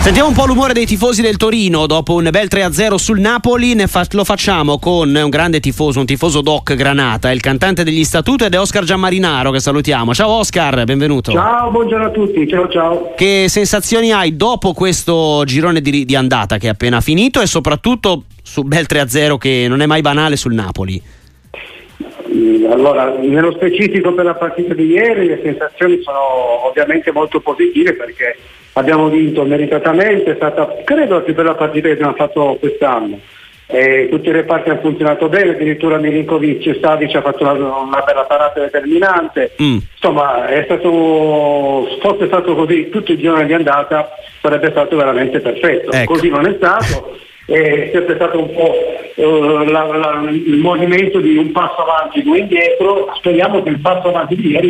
Sentiamo un po' l'umore dei tifosi del Torino dopo un bel 3-0 sul Napoli. Lo facciamo con un grande tifoso, un tifoso Doc Granata, il cantante degli Statuto, ed è Oscar Gianmarinaro, che salutiamo. Ciao Oscar, benvenuto. Ciao, buongiorno a tutti, ciao. Che sensazioni hai dopo questo girone di andata che è appena finito, e soprattutto su bel 3-0 che non è mai banale sul Napoli? Allora, nello specifico per la partita di ieri le sensazioni sono ovviamente molto positive, perché abbiamo vinto meritatamente. È stata, credo, la più bella partita che abbiamo fatto quest'anno. Tutti i reparti hanno funzionato bene, addirittura Milinkovic e Savic ha fatto una bella parata determinante. Insomma, fosse stato così tutto il girone di andata, sarebbe stato veramente perfetto. Ecco. Così non è stato. È sempre stato un po' il movimento di un passo avanti, due indietro. Speriamo che il passo avanti di ieri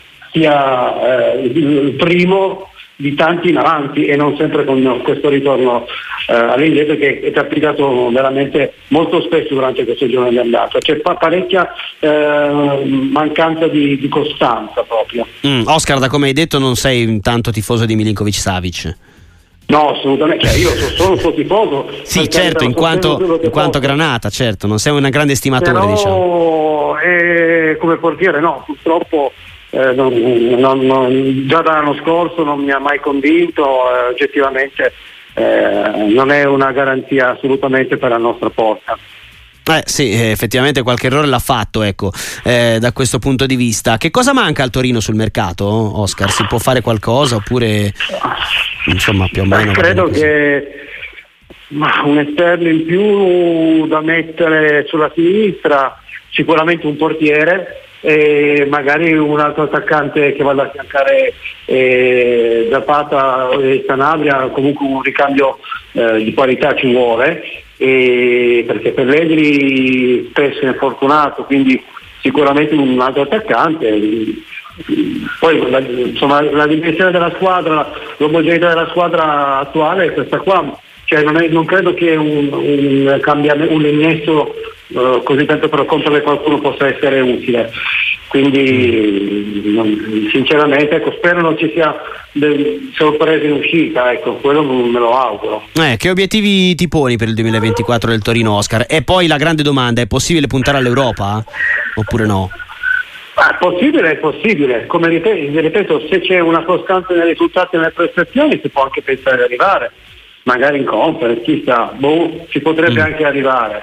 sia il primo di tanti in avanti, e non sempre con questo ritorno all'indietro che è capitato veramente molto spesso durante questo giorno di andata. C'è parecchia mancanza di costanza proprio. Oscar, da come hai detto, non sei tanto tifoso di Milinkovic-Savic? No, assolutamente, io sono un suo tifoso. Sì, certo, in quanto Granata, certo, non sei un grande stimatore, però, diciamo. Come portiere no, purtroppo già dall'anno scorso non mi ha mai convinto, oggettivamente non è una garanzia assolutamente per la nostra porta. Sì, effettivamente qualche errore l'ha fatto, ecco, da questo punto di vista. Che cosa manca al Torino sul mercato, Oscar? Si può fare qualcosa, oppure insomma più o meno? Credo che un esterno in più da mettere sulla sinistra, sicuramente un portiere e magari un altro attaccante che vada a affiancare Zapata e Sanabria. Comunque un ricambio di qualità ci vuole, perché Pellegrini spesso è infortunato, quindi sicuramente un altro attaccante. Poi la dimensione della squadra, l'omogeneità della squadra attuale è questa qua, cioè non credo che un cambiamento, un innesto così tanto per contro qualcuno possa essere utile, quindi sinceramente spero non ci sia sorprese in uscita, quello me lo auguro. Che obiettivi ti poni per il 2024 del Torino, Oscar? E poi la grande domanda: è possibile puntare all'Europa oppure no? È possibile, come ripeto, se c'è una costanza nei risultati e nelle prestazioni si può anche pensare di arrivare, magari in conference, chissà, ci potrebbe anche arrivare.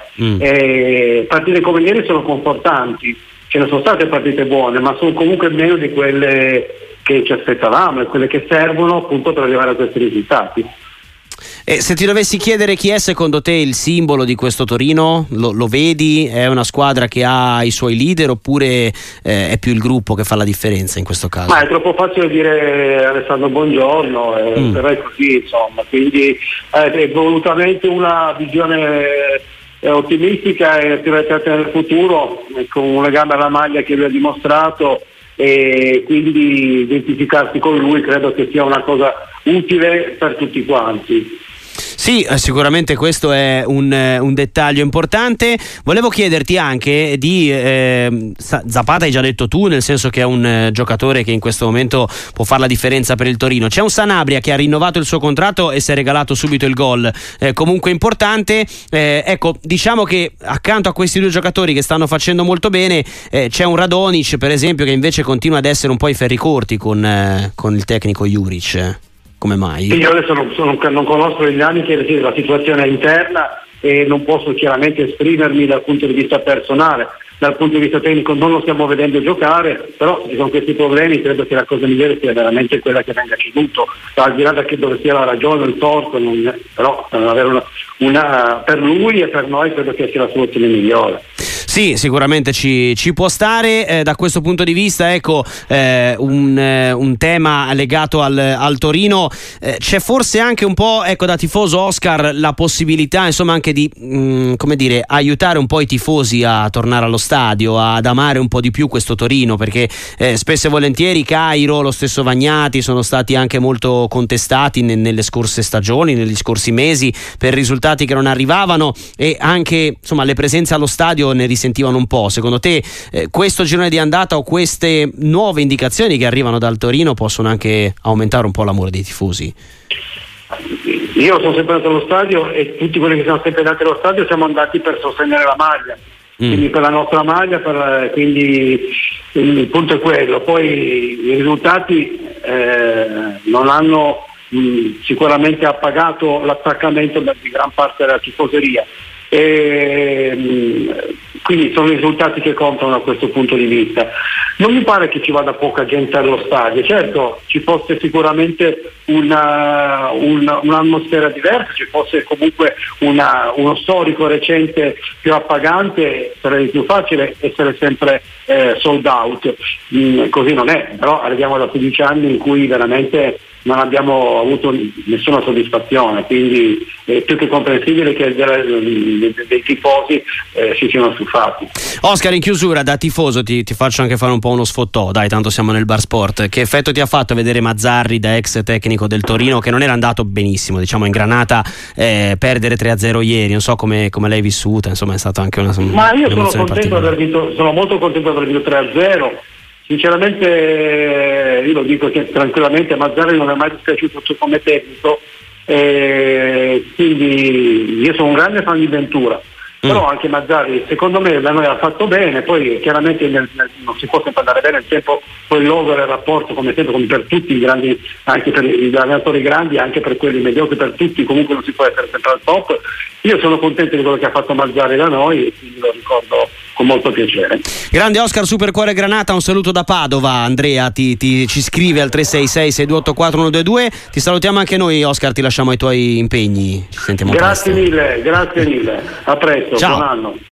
Partite come ieri sono confortanti, ce ne sono state partite buone, ma sono comunque meno di quelle che ci aspettavamo e quelle che servono appunto per arrivare a questi risultati. E se ti dovessi chiedere chi è secondo te il simbolo di questo Torino, lo vedi? È una squadra che ha i suoi leader, oppure è più il gruppo che fa la differenza in questo caso? Ma è troppo facile dire Alessandro Buongiorno, però è così, insomma, quindi è volutamente una visione ottimistica e più orientata nel futuro, con un legame alla maglia che lui ha dimostrato, e quindi identificarsi con lui credo che sia una cosa utile per tutti quanti. Sì, sicuramente questo è un dettaglio importante. Volevo chiederti anche di Zapata, hai già detto tu, nel senso che è un giocatore che in questo momento può fare la differenza per il Torino. C'è un Sanabria che ha rinnovato il suo contratto e si è regalato subito il gol, comunque importante. Ecco, diciamo che accanto a questi due giocatori che stanno facendo molto bene c'è un Radonic, per esempio, che invece continua ad essere un po' i ferri corti con il tecnico Juric. Come mai? Io adesso non conosco gli anni che la situazione è interna e non posso chiaramente esprimermi dal punto di vista personale. Dal punto di vista tecnico non lo stiamo vedendo giocare, però ci sono questi problemi, credo che la cosa migliore sia veramente quella che venga ceduto, al di là da che dove sia la ragione o il torto, però avere per lui e per noi credo che sia la soluzione migliore. Sì, sicuramente ci può stare. Da questo punto di vista, ecco, un tema legato al Torino, c'è forse anche un po', ecco, da tifoso, Oscar, la possibilità, insomma, anche di come dire, aiutare un po' i tifosi a tornare allo stadio, ad amare un po' di più questo Torino, perché spesso e volentieri Cairo, lo stesso Vagnati sono stati anche molto contestati nelle scorse stagioni, negli scorsi mesi, per risultati che non arrivavano, e anche, insomma, le presenze allo stadio ne risentivano un po'. Secondo te questo girone di andata o queste nuove indicazioni che arrivano dal Torino possono anche aumentare un po' l'amore dei tifosi? Io sono sempre andato allo stadio e tutti quelli che sono sempre andati allo stadio siamo andati per sostenere la maglia, quindi per la nostra maglia, quindi il punto è quello. Poi i risultati non hanno sicuramente appagato l'attaccamento di gran parte della tifoseria, quindi sono i risultati che contano da questo punto di vista. Non mi pare che ci vada poca gente allo stadio, certo ci fosse sicuramente un'atmosfera diversa, ci fosse comunque uno storico recente più appagante, sarebbe più facile essere sempre sold out, così non è, però arriviamo da 15 anni in cui veramente non abbiamo avuto nessuna soddisfazione, quindi è più che comprensibile che dei tifosi si siano stufati. Oscar, in chiusura, da tifoso ti faccio anche fare un po' uno sfottò, dai, tanto siamo nel bar sport. Che effetto ti ha fatto vedere Mazzarri, da ex tecnico del Torino, che non era andato benissimo, diciamo, in Granata, perdere 3-0 ieri? Non so come l'hai vissuta, insomma è stato anche una Ma io sono molto contento di aver vinto 3-0. Sinceramente io lo dico che tranquillamente Mazzarri non è mai dispiaciuto come tecnico, quindi io sono un grande fan di Ventura, però anche Mazzarri secondo me da noi ha fatto bene. Poi chiaramente non si può sempre andare bene, il tempo poi logola il rapporto come sempre, come per tutti i grandi, anche per gli allenatori grandi, anche per quelli mediocri, per tutti comunque non si può essere sempre al top. Io sono contento di quello che ha fatto Mazzarri da noi e quindi lo ricordo con molto piacere. Grande Oscar, Supercuore Granata, un saluto da Padova. Andrea ci scrive al 366-6284-122. Ti salutiamo anche noi, Oscar, ti lasciamo ai tuoi impegni. Ci sentiamo presto. Grazie mille, a presto. Ciao. Buon anno.